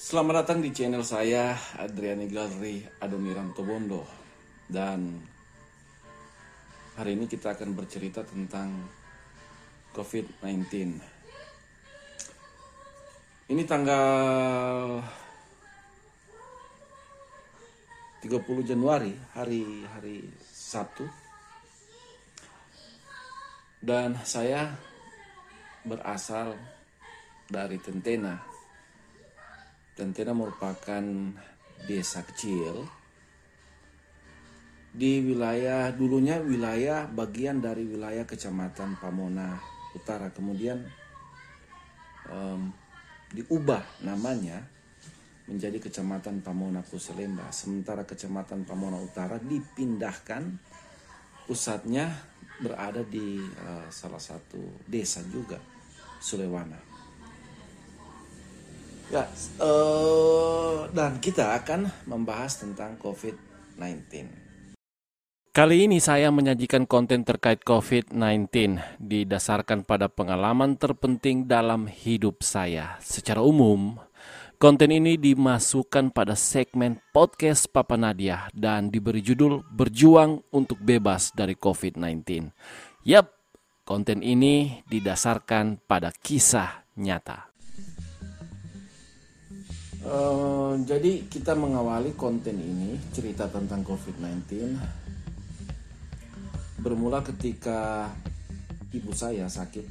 Selamat datang di channel saya, Adriani Gallery Adoniran Tobondo. Dan hari ini kita akan bercerita tentang COVID-19. Ini tanggal 30 Januari, hari Sabtu. Dan saya berasal dari Tentena. Tentena merupakan desa kecil di dulunya wilayah bagian dari wilayah Kecamatan Pamona Utara. Kemudian diubah namanya menjadi Kecamatan Pamona Kusalemba. Sementara Kecamatan Pamona Utara dipindahkan, pusatnya berada di salah satu desa juga, Sulewana. Ya, dan kita akan membahas tentang COVID-19. Kali ini saya menyajikan konten terkait COVID-19 didasarkan pada pengalaman terpenting dalam hidup saya. Secara umum, konten ini dimasukkan pada segmen podcast Papa Nadia dan diberi judul Berjuang untuk Bebas dari COVID-19. Yap, konten ini didasarkan pada kisah nyata. Jadi kita mengawali konten ini, cerita tentang COVID-19, bermula ketika ibu saya sakit.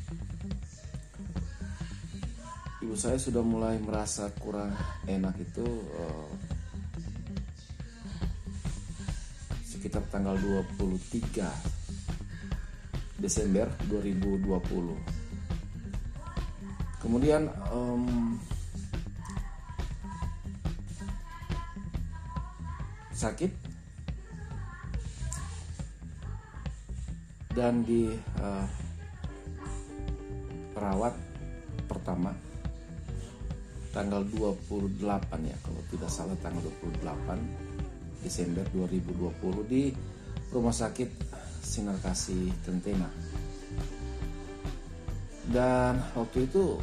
Ibu saya sudah mulai merasa kurang enak itu sekitar tanggal 23 Desember 2020. Kemudian sakit dan perawat pertama tanggal 28 ya, kalau tidak salah tanggal 28 Desember 2020 di Rumah Sakit Sinar Kasih Tentena. Dan waktu itu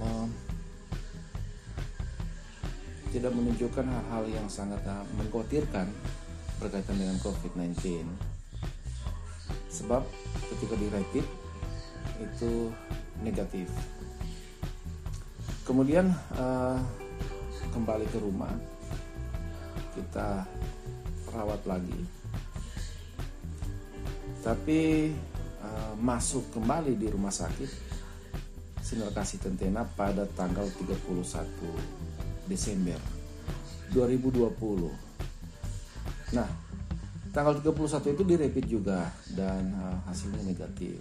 tidak menunjukkan hal-hal yang sangat mengkhawatirkan berkaitan dengan COVID-19. Sebab ketika di rapid itu negatif. Kemudian kembali ke rumah, kita rawat lagi. Tapi masuk kembali di rumah sakit Sinar Kasih Tentena pada tanggal 31 Desember 2020. Nah, tanggal 31 itu di rapid juga dan hasilnya negatif.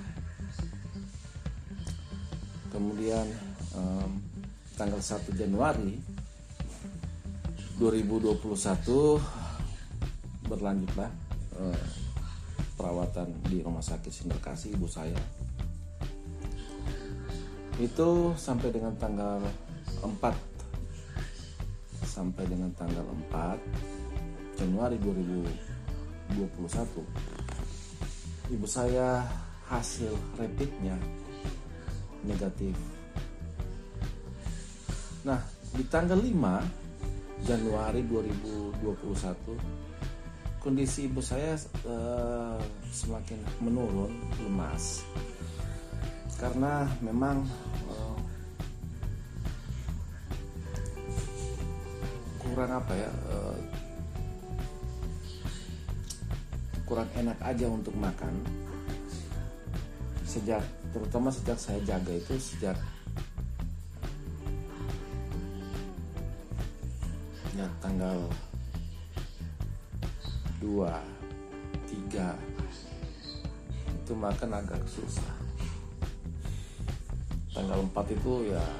Kemudian tanggal 1 Januari 2021 berlanjutlah perawatan di Rumah Sakit Sinar Kasih ibu saya. Itu sampai dengan tanggal 4 Januari 2021. Ibu saya hasil rapidnya negatif. Nah, di tanggal 5 Januari 2021 kondisi ibu saya semakin menurun, lemas. Karena memang kurang enak aja untuk makan, terutama sejak saya jaga itu sejak tanggal 2, 3 itu makan agak susah. Tanggal 4 itu ya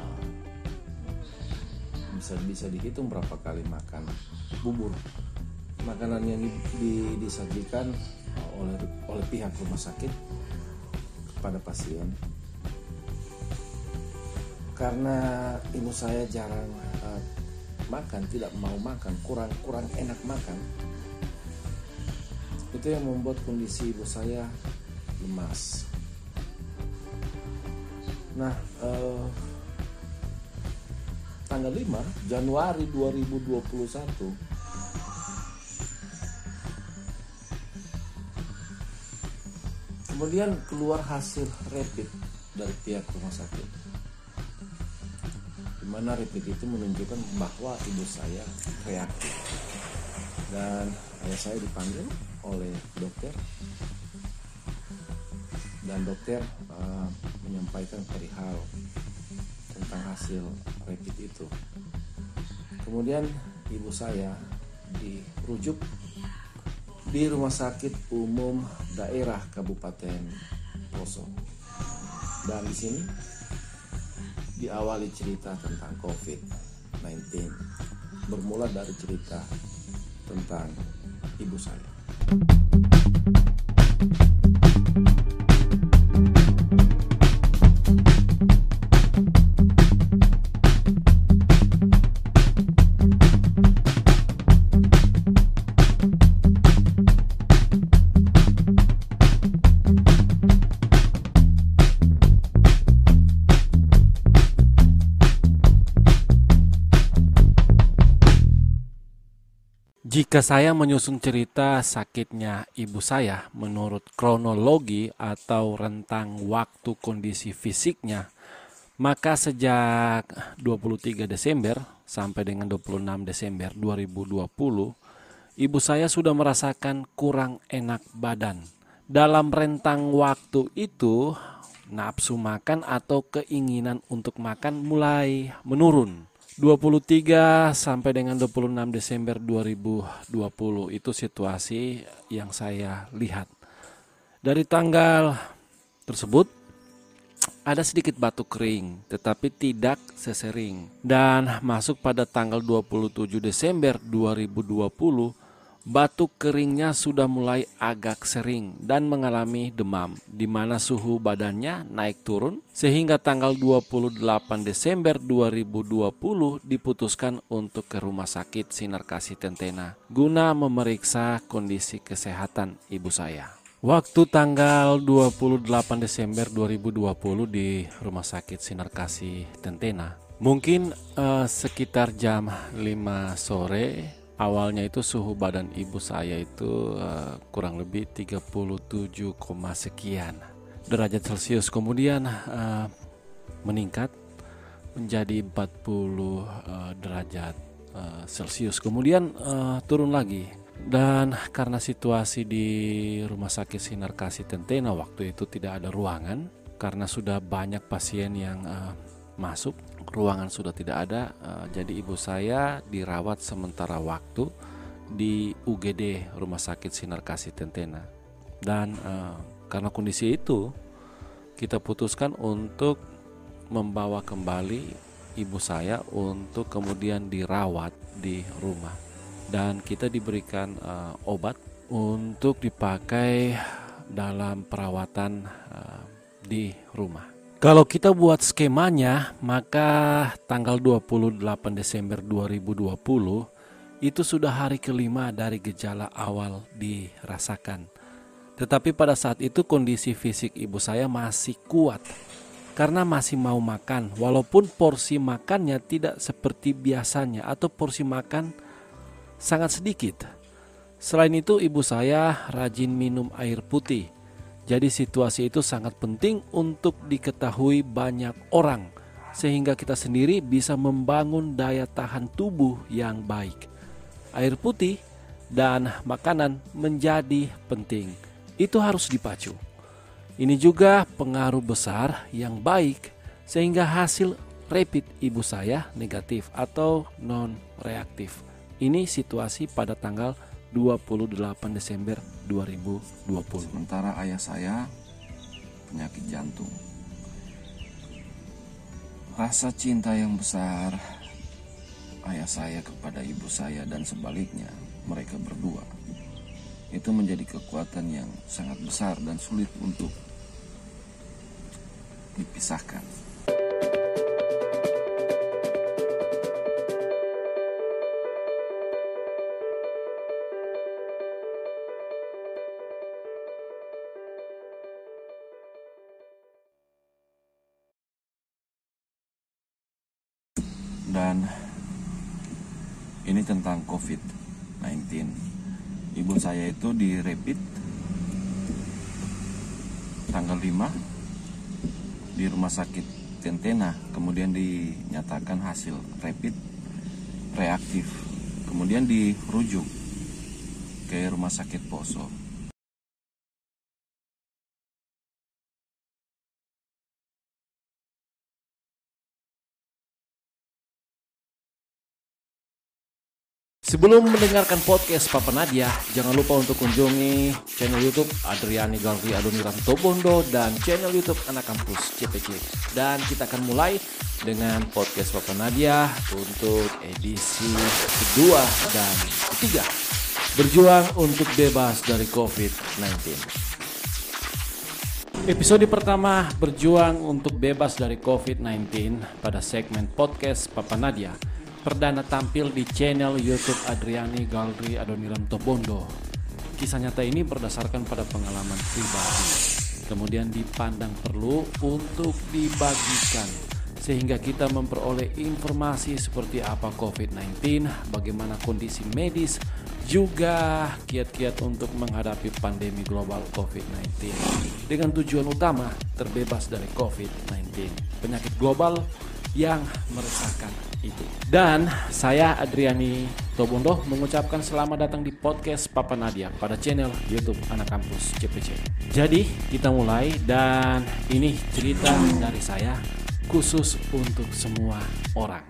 bisa dihitung berapa kali makan bubur. Makanan yang disajikan oleh pihak rumah sakit kepada pasien. Karena ibu saya jarang makan, tidak mau makan, kurang enak makan. Itu yang membuat kondisi ibu saya lemas. Nah, tanggal 5 Januari 2021 kemudian keluar hasil rapid dari pihak rumah sakit, di mana rapid itu menunjukkan bahwa ibu saya reaktif, dan ayah saya dipanggil oleh dokter, dan dokter menyampaikan perihal tentang hasil rapid itu. Kemudian ibu saya dirujuk di Rumah Sakit Umum Daerah Kabupaten Poso. Dan di sini diawali cerita tentang COVID-19. Bermula dari cerita tentang ibu saya. Jika saya menyusun cerita sakitnya ibu saya menurut kronologi atau rentang waktu kondisi fisiknya, maka sejak 23 Desember sampai dengan 26 Desember 2020, ibu saya sudah merasakan kurang enak badan. Dalam rentang waktu itu, nafsu makan atau keinginan untuk makan mulai menurun. 23 sampai dengan 26 Desember 2020 itu situasi yang saya lihat. Dari tanggal tersebut ada sedikit batuk kering tetapi tidak sesering. Dan masuk pada tanggal 27 Desember 2020, batuk keringnya sudah mulai agak sering dan mengalami demam, di mana suhu badannya naik turun, sehingga tanggal 28 Desember 2020 diputuskan untuk ke Rumah Sakit Sinar Kasih Tentena guna memeriksa kondisi kesehatan ibu saya. Waktu tanggal 28 Desember 2020 di Rumah Sakit Sinar Kasih Tentena, mungkin sekitar jam 5 sore. Awalnya itu suhu badan ibu saya itu kurang lebih 37, sekian derajat Celcius. Kemudian meningkat menjadi 40 derajat Celcius. Kemudian turun lagi. Dan karena situasi di Rumah Sakit Sinar Kasih Tentena waktu itu tidak ada ruangan, karena sudah banyak pasien yang masuk, ruangan sudah tidak ada, jadi ibu saya dirawat sementara waktu di UGD Rumah Sakit Sinar Kasih Tentena. Dan karena kondisi itu, kita putuskan untuk membawa kembali ibu saya untuk kemudian dirawat di rumah, dan kita diberikan obat untuk dipakai dalam perawatan di rumah. Kalau kita buat skemanya, maka tanggal 28 Desember 2020 itu sudah hari kelima dari gejala awal dirasakan. Tetapi pada saat itu kondisi fisik ibu saya masih kuat karena masih mau makan, walaupun porsi makannya tidak seperti biasanya atau porsi makan sangat sedikit. Selain itu ibu saya rajin minum air putih. Jadi situasi itu sangat penting untuk diketahui banyak orang, sehingga kita sendiri bisa membangun daya tahan tubuh yang baik. Air putih dan makanan menjadi penting. Itu harus dipacu. Ini juga pengaruh besar yang baik, sehingga hasil rapid ibu saya negatif atau non-reaktif. Ini situasi pada tanggal 28 Desember 2020. Sementara ayah saya penyakit jantung. Rasa cinta yang besar ayah saya kepada ibu saya dan sebaliknya mereka berdua itu menjadi kekuatan yang sangat besar dan sulit untuk dipisahkan. Dan ini tentang COVID-19. Ibu saya itu di rapid tanggal 5 di rumah sakit Tentena, kemudian dinyatakan hasil rapid reaktif, kemudian dirujuk ke rumah sakit Poso. Sebelum mendengarkan podcast Papa Nadia, jangan lupa untuk kunjungi channel YouTube Adriani Galri Adoniram Tobondo dan channel YouTube Anak Kampus CPC. Dan kita akan mulai dengan podcast Papa Nadia untuk edisi kedua dan ketiga. Berjuang untuk bebas dari COVID-19. Episode pertama, berjuang untuk bebas dari COVID-19 pada segmen podcast Papa Nadia. Perdana tampil di channel YouTube Adriani Galri Adoniram Tobondo. Kisah nyata ini berdasarkan pada pengalaman pribadi, kemudian dipandang perlu untuk dibagikan, sehingga kita memperoleh informasi seperti apa COVID-19, bagaimana kondisi medis, juga kiat-kiat untuk menghadapi pandemi global COVID-19. Dengan tujuan utama, terbebas dari COVID-19, penyakit global yang meresahkan itu. Dan saya Adriani Tobondo mengucapkan selamat datang di podcast Papa Nadia pada channel YouTube Anak Kampus CPC. Jadi kita mulai, dan ini cerita dari saya khusus untuk semua orang.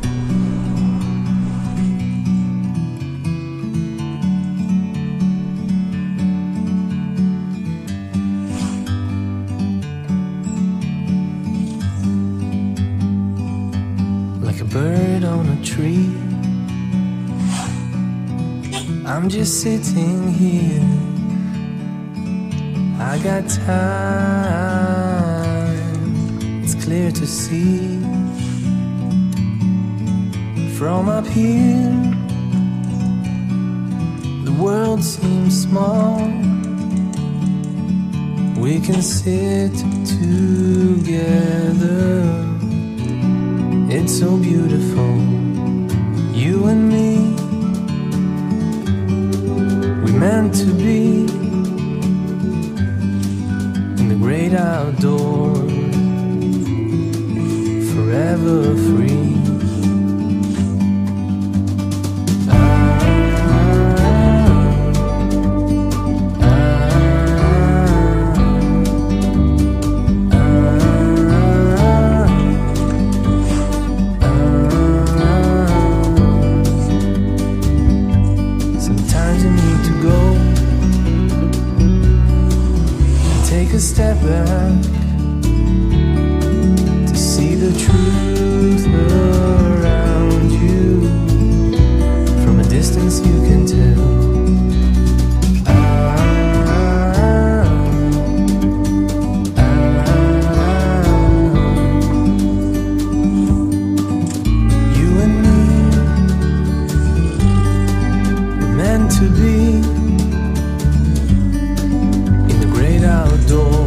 Bird on a tree, I'm just sitting here. I got time, it's clear to see. From up here, the world seems small. We can sit together. It's so beautiful, you and me. We meant to be in the great outdoors, forever free. Step back to see the truth around you. From a distance you can tell. You and me were meant to be in the great outdoors.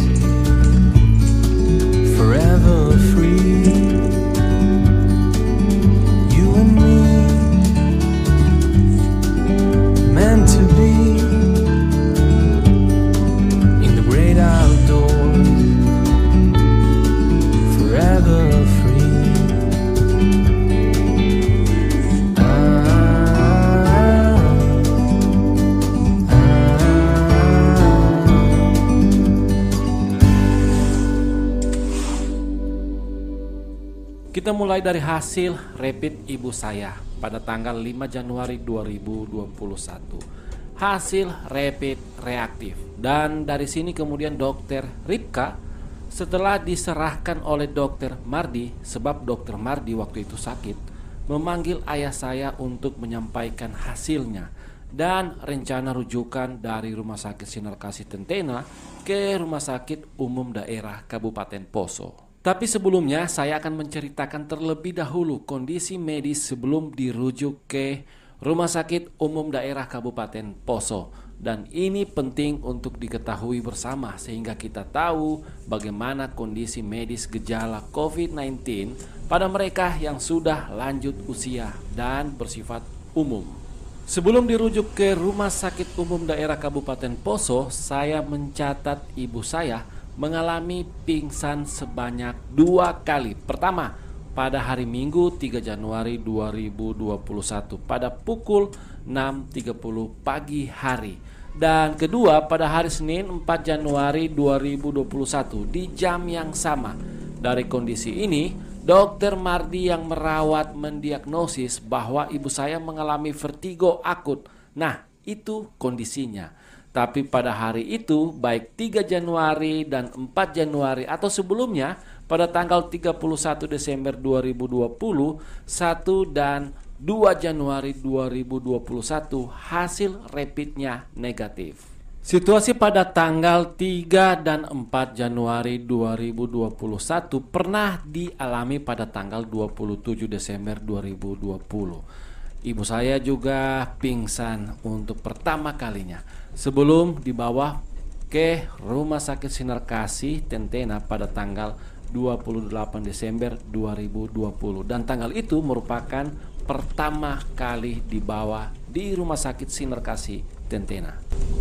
Kita mulai dari hasil rapid ibu saya pada tanggal 5 Januari 2021. Hasil rapid reaktif. Dan dari sini kemudian dokter Ripka setelah diserahkan oleh dokter Mardi, sebab dokter Mardi waktu itu sakit, memanggil ayah saya untuk menyampaikan hasilnya dan rencana rujukan dari Rumah Sakit Sinar Kasih Tentena ke Rumah Sakit Umum Daerah Kabupaten Poso. Tapi sebelumnya saya akan menceritakan terlebih dahulu kondisi medis sebelum dirujuk ke Rumah Sakit Umum Daerah Kabupaten Poso. Dan ini penting untuk diketahui bersama sehingga kita tahu bagaimana kondisi medis gejala COVID-19 pada mereka yang sudah lanjut usia dan bersifat umum. Sebelum dirujuk ke Rumah Sakit Umum Daerah Kabupaten Poso, saya mencatat ibu saya mengalami pingsan sebanyak 2 kali. Pertama, pada hari Minggu 3 Januari 2021 pada pukul 6.30 pagi hari. Dan kedua pada hari Senin 4 Januari 2021 di jam yang sama. Dari kondisi ini, Dokter Mardi yang merawat mendiagnosis bahwa ibu saya mengalami vertigo akut. Nah, itu kondisinya. Tapi pada hari itu, baik 3 Januari dan 4 Januari atau sebelumnya, pada tanggal 31 Desember 2020, 1 dan 2 Januari 2021, hasil rapidnya negatif. Situasi pada tanggal 3 dan 4 Januari 2021 pernah dialami pada tanggal 27 Desember 2020. Ibu saya juga pingsan untuk pertama kalinya sebelum dibawa ke Rumah Sakit Sinar Kasih Tentena pada tanggal 28 Desember 2020. Dan tanggal itu merupakan pertama kali dibawa di Rumah Sakit Sinar Kasih Tentena.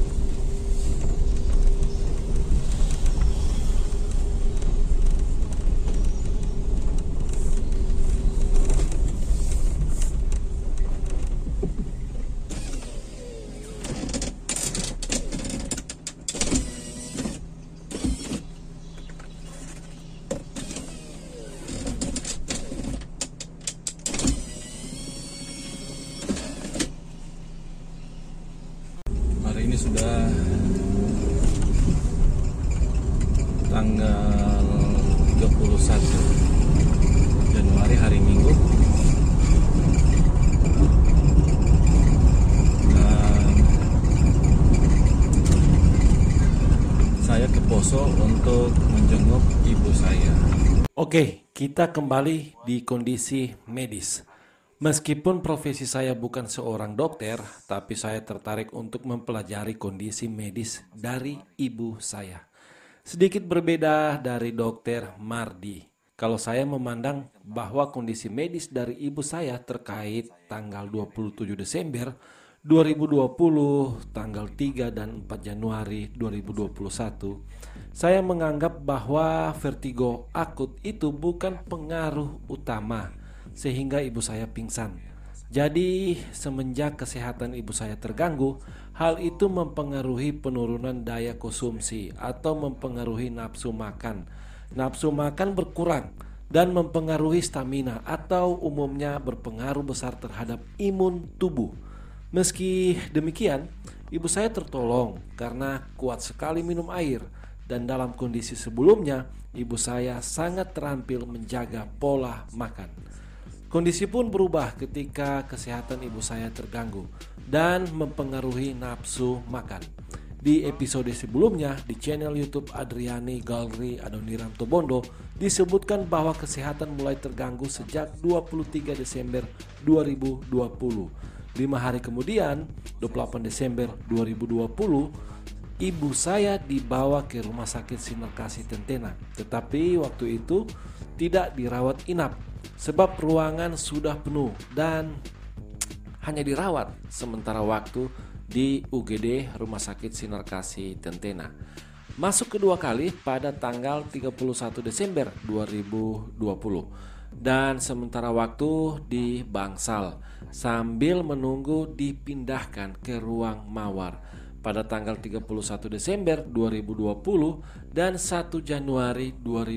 Hari ini sudah tanggal 31 Januari, hari Minggu. Dan saya ke Poso untuk menjenguk ibu saya. Oke, kita kembali di kondisi medis. Meskipun profesi saya bukan seorang dokter, tapi saya tertarik untuk mempelajari kondisi medis dari ibu saya. Sedikit berbeda dari Dokter Mardi. Kalau saya memandang bahwa kondisi medis dari ibu saya terkait tanggal 27 Desember 2020, tanggal 3 dan 4 Januari 2021, saya menganggap bahwa vertigo akut itu bukan pengaruh utama sehingga ibu saya pingsan. Jadi semenjak kesehatan ibu saya terganggu, hal itu mempengaruhi penurunan daya konsumsi atau mempengaruhi nafsu makan. Nafsu makan berkurang dan mempengaruhi stamina atau umumnya berpengaruh besar terhadap imun tubuh. Meski demikian, ibu saya tertolong karena kuat sekali minum air, dan dalam kondisi sebelumnya ibu saya sangat terampil menjaga pola makan. Kondisi pun berubah ketika kesehatan ibu saya terganggu dan mempengaruhi nafsu makan. Di episode sebelumnya di channel YouTube Adriani Galri Adoniram Tobondo disebutkan bahwa kesehatan mulai terganggu sejak 23 Desember 2020. 5 hari kemudian, 28 Desember 2020, ibu saya dibawa ke Rumah Sakit Sinar Kasih Tentena. Tetapi waktu itu tidak dirawat inap sebab ruangan sudah penuh dan hanya dirawat sementara waktu di UGD Rumah Sakit Sinar Kasih Tentena. Masuk kedua kali pada tanggal 31 Desember 2020 dan sementara waktu di Bangsal sambil menunggu dipindahkan ke ruang mawar pada tanggal 31 Desember 2020 dan 1 Januari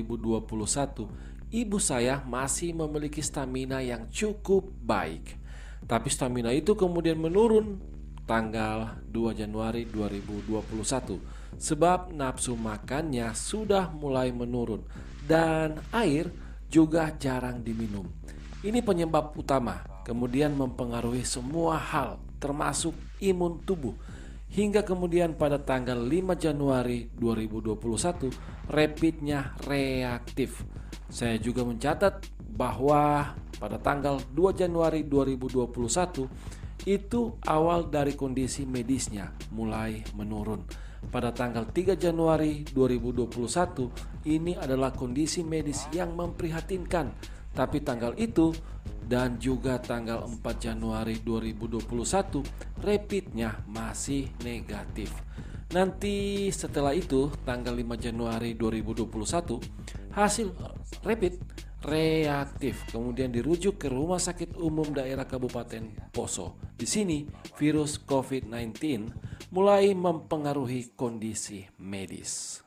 2021. Ibu saya masih memiliki stamina yang cukup baik. Tapi stamina itu kemudian menurun tanggal 2 Januari 2021 sebab nafsu makannya sudah mulai menurun dan air juga jarang diminum. Ini penyebab utama, kemudian mempengaruhi semua hal termasuk imun tubuh. Hingga kemudian pada tanggal 5 Januari 2021 rapidnya reaktif. Saya juga mencatat bahwa pada tanggal 2 Januari 2021 itu awal dari kondisi medisnya mulai menurun. Pada tanggal 3 Januari 2021, ini adalah kondisi medis yang memprihatinkan. Tapi tanggal itu dan juga tanggal 4 Januari 2021, rapidnya masih negatif. Nanti setelah itu, tanggal 5 Januari 2021, hasil rapid reaktif, kemudian dirujuk ke Rumah Sakit Umum Daerah Kabupaten Poso. Di sini virus COVID-19 mulai mempengaruhi kondisi medis.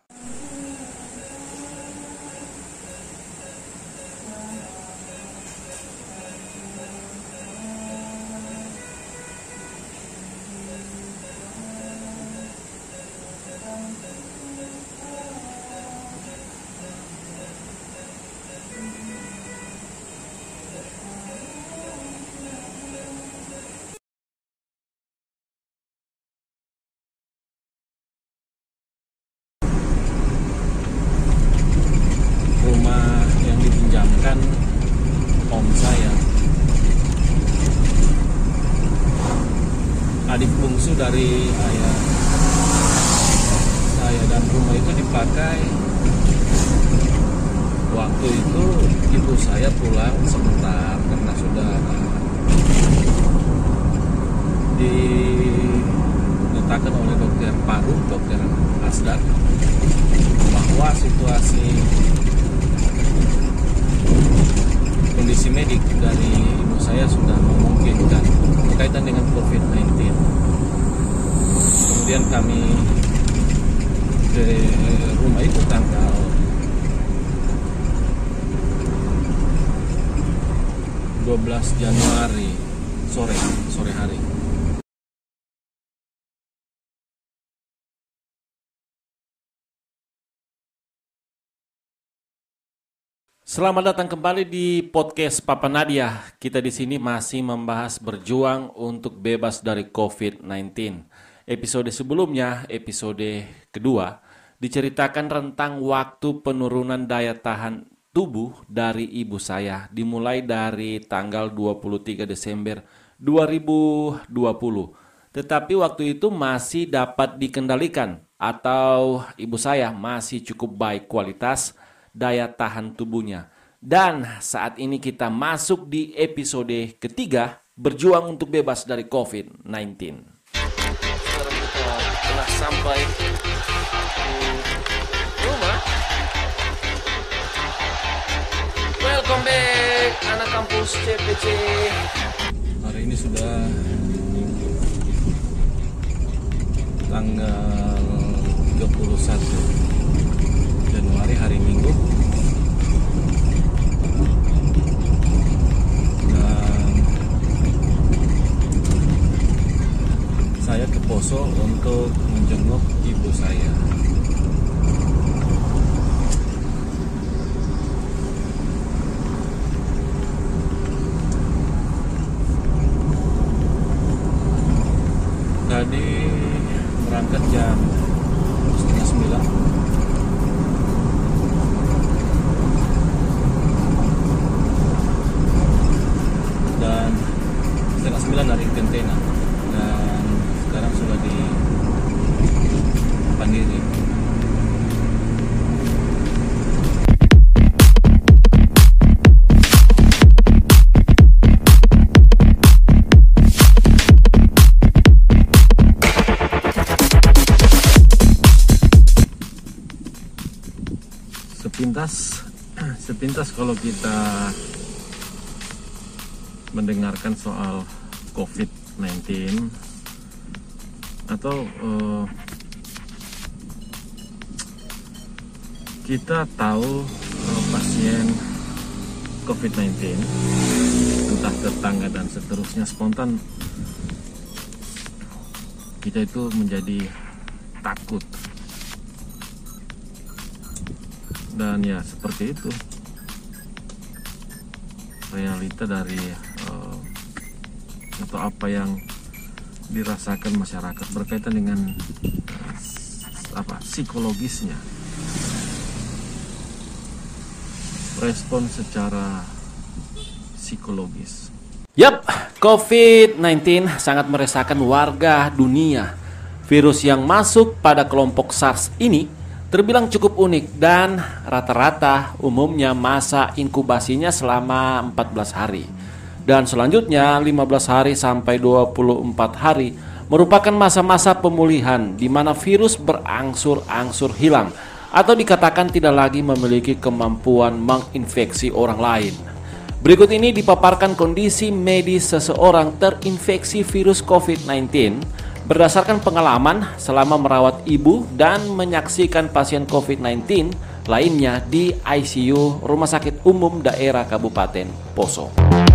Rumah yang dipinjamkan om saya, adik bungsu dari ayah saya, dan rumah itu dipakai waktu itu ibu saya pulang sebentar karena sudah dinyatakan oleh dokter paru, dokter Asdar, bahwa situasi kondisi medik dari ibu saya sudah memungkinkan berkaitan dengan COVID-19. Kemudian kami ke rumah itu tanggal 12 Januari sore hari. Selamat datang kembali di podcast Papa Nadia. Kita di sini masih membahas berjuang untuk bebas dari COVID-19. Episode sebelumnya, episode kedua, diceritakan tentang waktu penurunan daya tahan tubuh dari ibu saya, dimulai dari tanggal 23 Desember 2020. Tetapi waktu itu masih dapat dikendalikan, atau ibu saya masih cukup baik kualitas daya tahan tubuhnya. Dan saat ini kita masuk di episode ketiga, berjuang untuk bebas dari COVID-19. Sekarang kita telah sampai di rumah. Welcome back anak kampus CPC. Hari ini sudah tanggal 31 Januari, hari Minggu, dan saya ke Poso untuk menjenguk ibu saya. Tadi berangkat jam 8:30. Dan 8:30 dari Kentena, dan sekarang sudah di Pandiri. Sepintas kalau kita mendengarkan soal COVID-19 atau kita tahu pasien COVID-19, entah tetangga dan seterusnya, spontan kita itu menjadi takut. Dan ya seperti itu realita dari atau apa yang dirasakan masyarakat berkaitan dengan psikologisnya, respon secara psikologis. Yap, COVID-19 sangat meresahkan warga dunia. Virus yang masuk pada kelompok SARS ini terbilang cukup unik dan rata-rata umumnya masa inkubasinya selama 14 hari. Dan selanjutnya 15 hari sampai 24 hari merupakan masa-masa pemulihan di mana virus berangsur-angsur hilang atau dikatakan tidak lagi memiliki kemampuan menginfeksi orang lain. Berikut ini dipaparkan kondisi medis seseorang terinfeksi virus COVID-19 berdasarkan pengalaman selama merawat ibu dan menyaksikan pasien COVID-19 lainnya di ICU Rumah Sakit Umum Daerah Kabupaten Poso.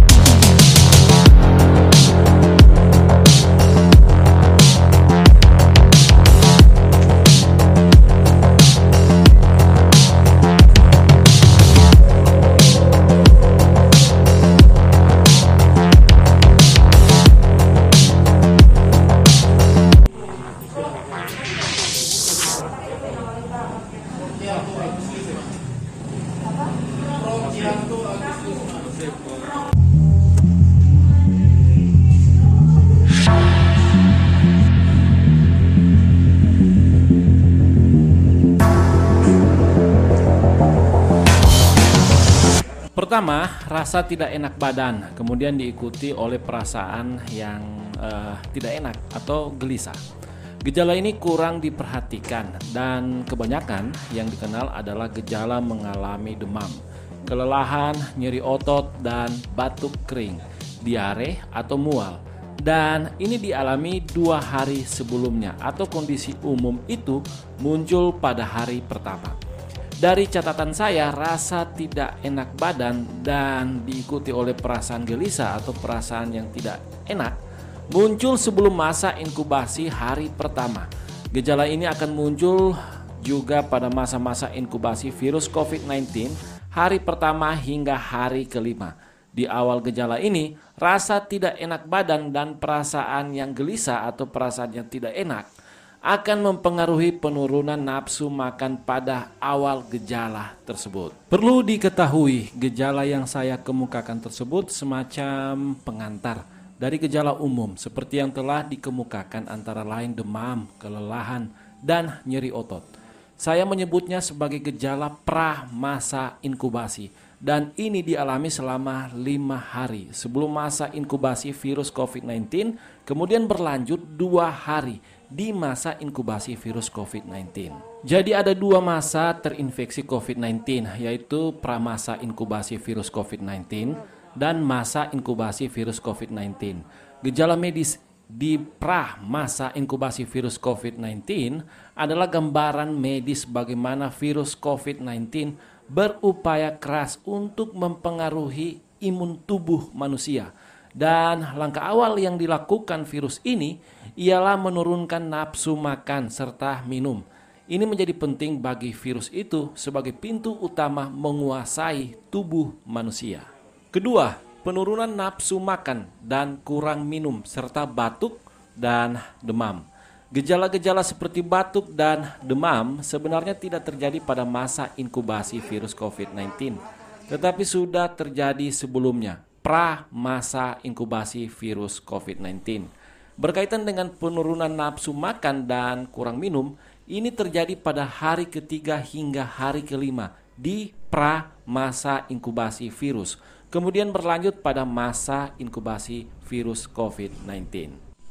Pertama, rasa tidak enak badan, kemudian diikuti oleh perasaan yang tidak enak atau gelisah. Gejala ini kurang diperhatikan dan kebanyakan yang dikenal adalah gejala mengalami demam, kelelahan, nyeri otot, dan batuk kering, diare atau mual. Dan ini dialami 2 hari sebelumnya atau kondisi umum itu muncul pada hari pertama. Dari catatan saya, rasa tidak enak badan dan diikuti oleh perasaan gelisah atau perasaan yang tidak enak muncul sebelum masa inkubasi hari pertama. Gejala ini akan muncul juga pada masa-masa inkubasi virus COVID-19 hari pertama hingga hari kelima. Di awal gejala ini, rasa tidak enak badan dan perasaan yang gelisah atau perasaan yang tidak enak akan mempengaruhi penurunan nafsu makan pada awal gejala tersebut. Perlu diketahui, gejala yang saya kemukakan tersebut semacam pengantar dari gejala umum seperti yang telah dikemukakan antara lain demam, kelelahan, dan nyeri otot. Saya menyebutnya sebagai gejala pra masa inkubasi dan ini dialami selama 5 hari sebelum masa inkubasi virus COVID-19, kemudian berlanjut 2 hari di masa inkubasi virus COVID-19. Jadi ada 2 masa terinfeksi COVID-19, yaitu pramasa inkubasi virus COVID-19 dan masa inkubasi virus COVID-19. Gejala medis di pramasa inkubasi virus COVID-19 adalah gambaran medis bagaimana virus COVID-19 berupaya keras untuk mempengaruhi imun tubuh manusia. Dan langkah awal yang dilakukan virus ini ialah menurunkan nafsu makan serta minum. Ini menjadi penting bagi virus itu sebagai pintu utama menguasai tubuh manusia. Kedua, penurunan nafsu makan dan kurang minum serta batuk dan demam. Gejala-gejala seperti batuk dan demam sebenarnya tidak terjadi pada masa inkubasi virus COVID-19, tetapi sudah terjadi sebelumnya. Pra masa inkubasi virus COVID-19. Berkaitan dengan penurunan nafsu makan dan kurang minum, ini terjadi pada hari ketiga hingga hari kelima di pra masa inkubasi virus. Kemudian berlanjut pada masa inkubasi virus COVID-19.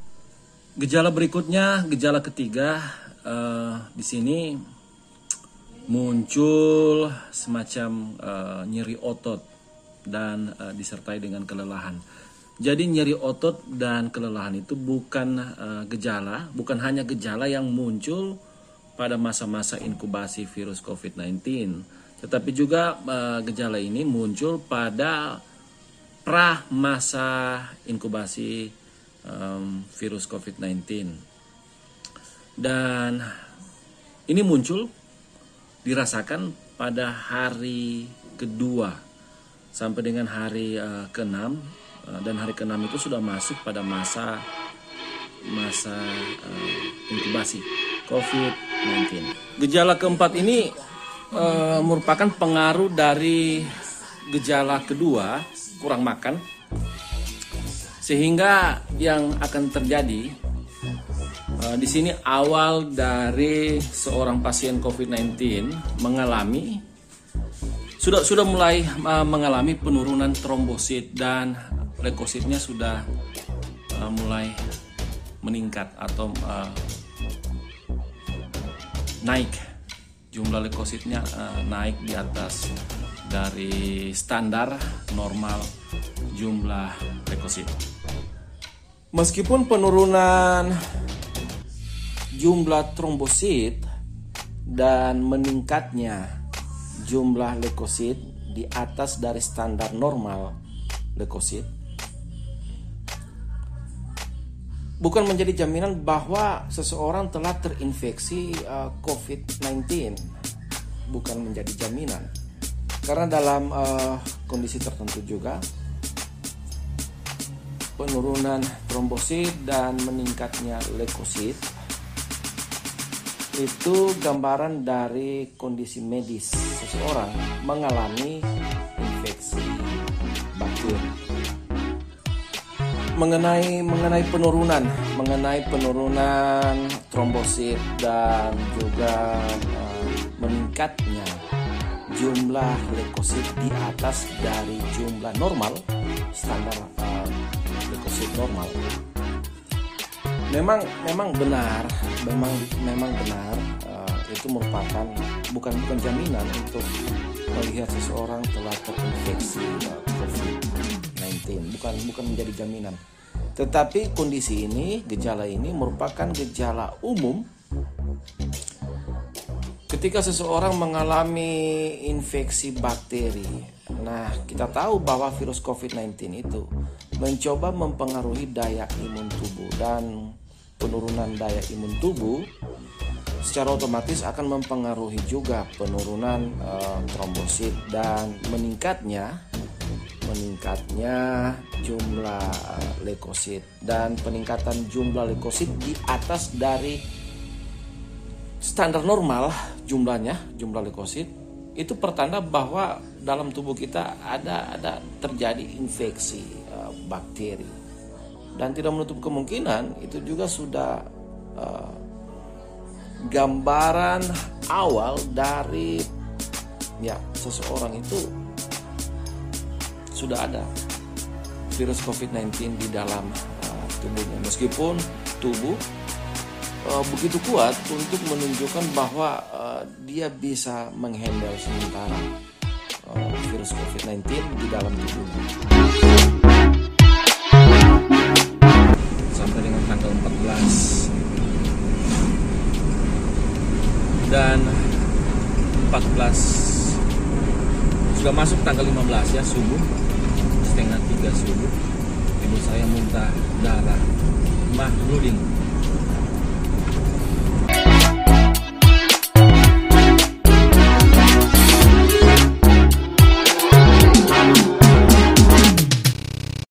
Gejala berikutnya, gejala ketiga, di sini muncul semacam nyeri otot dan disertai dengan kelelahan. Jadi nyeri otot dan kelelahan itu bukan hanya gejala yang muncul pada masa-masa inkubasi virus COVID-19, tetapi juga gejala ini muncul pada pra masa inkubasi virus COVID-19. Dan ini muncul dirasakan pada hari kedua sampai dengan hari ke-6, dan hari ke-6 itu sudah masuk pada masa inkubasi COVID-19. Gejala keempat ini merupakan pengaruh dari gejala kedua, kurang makan, Sehingga yang akan terjadi di sini awal dari seorang pasien COVID-19 mengalami sudah mulai mengalami penurunan trombosit dan leukositnya sudah mulai meningkat atau naik. Jumlah leukositnya naik di atas dari standar normal jumlah leukosit. Meskipun penurunan jumlah trombosit dan meningkatnya jumlah leukosit di atas dari standar normal leukosit, bukan menjadi jaminan bahwa seseorang telah terinfeksi COVID-19. Bukan menjadi jaminan. Karena dalam kondisi tertentu juga penurunan trombosit dan meningkatnya leukosit itu gambaran dari kondisi medis seseorang mengalami infeksi bakteri. Mengenai penurunan trombosit dan juga meningkatnya jumlah leukosit di atas dari jumlah normal, standar leukosit normal. Memang benar itu merupakan bukan jaminan untuk melihat seseorang telah terinfeksi COVID-19, bukan menjadi jaminan. Tetapi kondisi ini, gejala ini merupakan gejala umum ketika seseorang mengalami infeksi bakteri. Nah, kita tahu bahwa virus COVID-19 itu mencoba mempengaruhi daya imun tubuh, dan penurunan daya imun tubuh secara otomatis akan mempengaruhi juga penurunan trombosit dan meningkatnya jumlah leukosit. Dan peningkatan jumlah leukosit di atas dari standar normal jumlah leukosit itu pertanda bahwa dalam tubuh kita ada terjadi infeksi bakteri. Dan tidak menutup kemungkinan itu juga sudah gambaran awal dari seseorang itu sudah ada virus COVID-19 di dalam tubuhnya. Meskipun tubuh begitu kuat untuk menunjukkan bahwa dia bisa menghandle sementara virus COVID-19 di dalam tubuhnya. Sampai dengan tanggal 14 dan 14 sudah masuk tanggal 15 ya, subuh setengah 3 subuh ibu saya muntah darah, mah bleeding.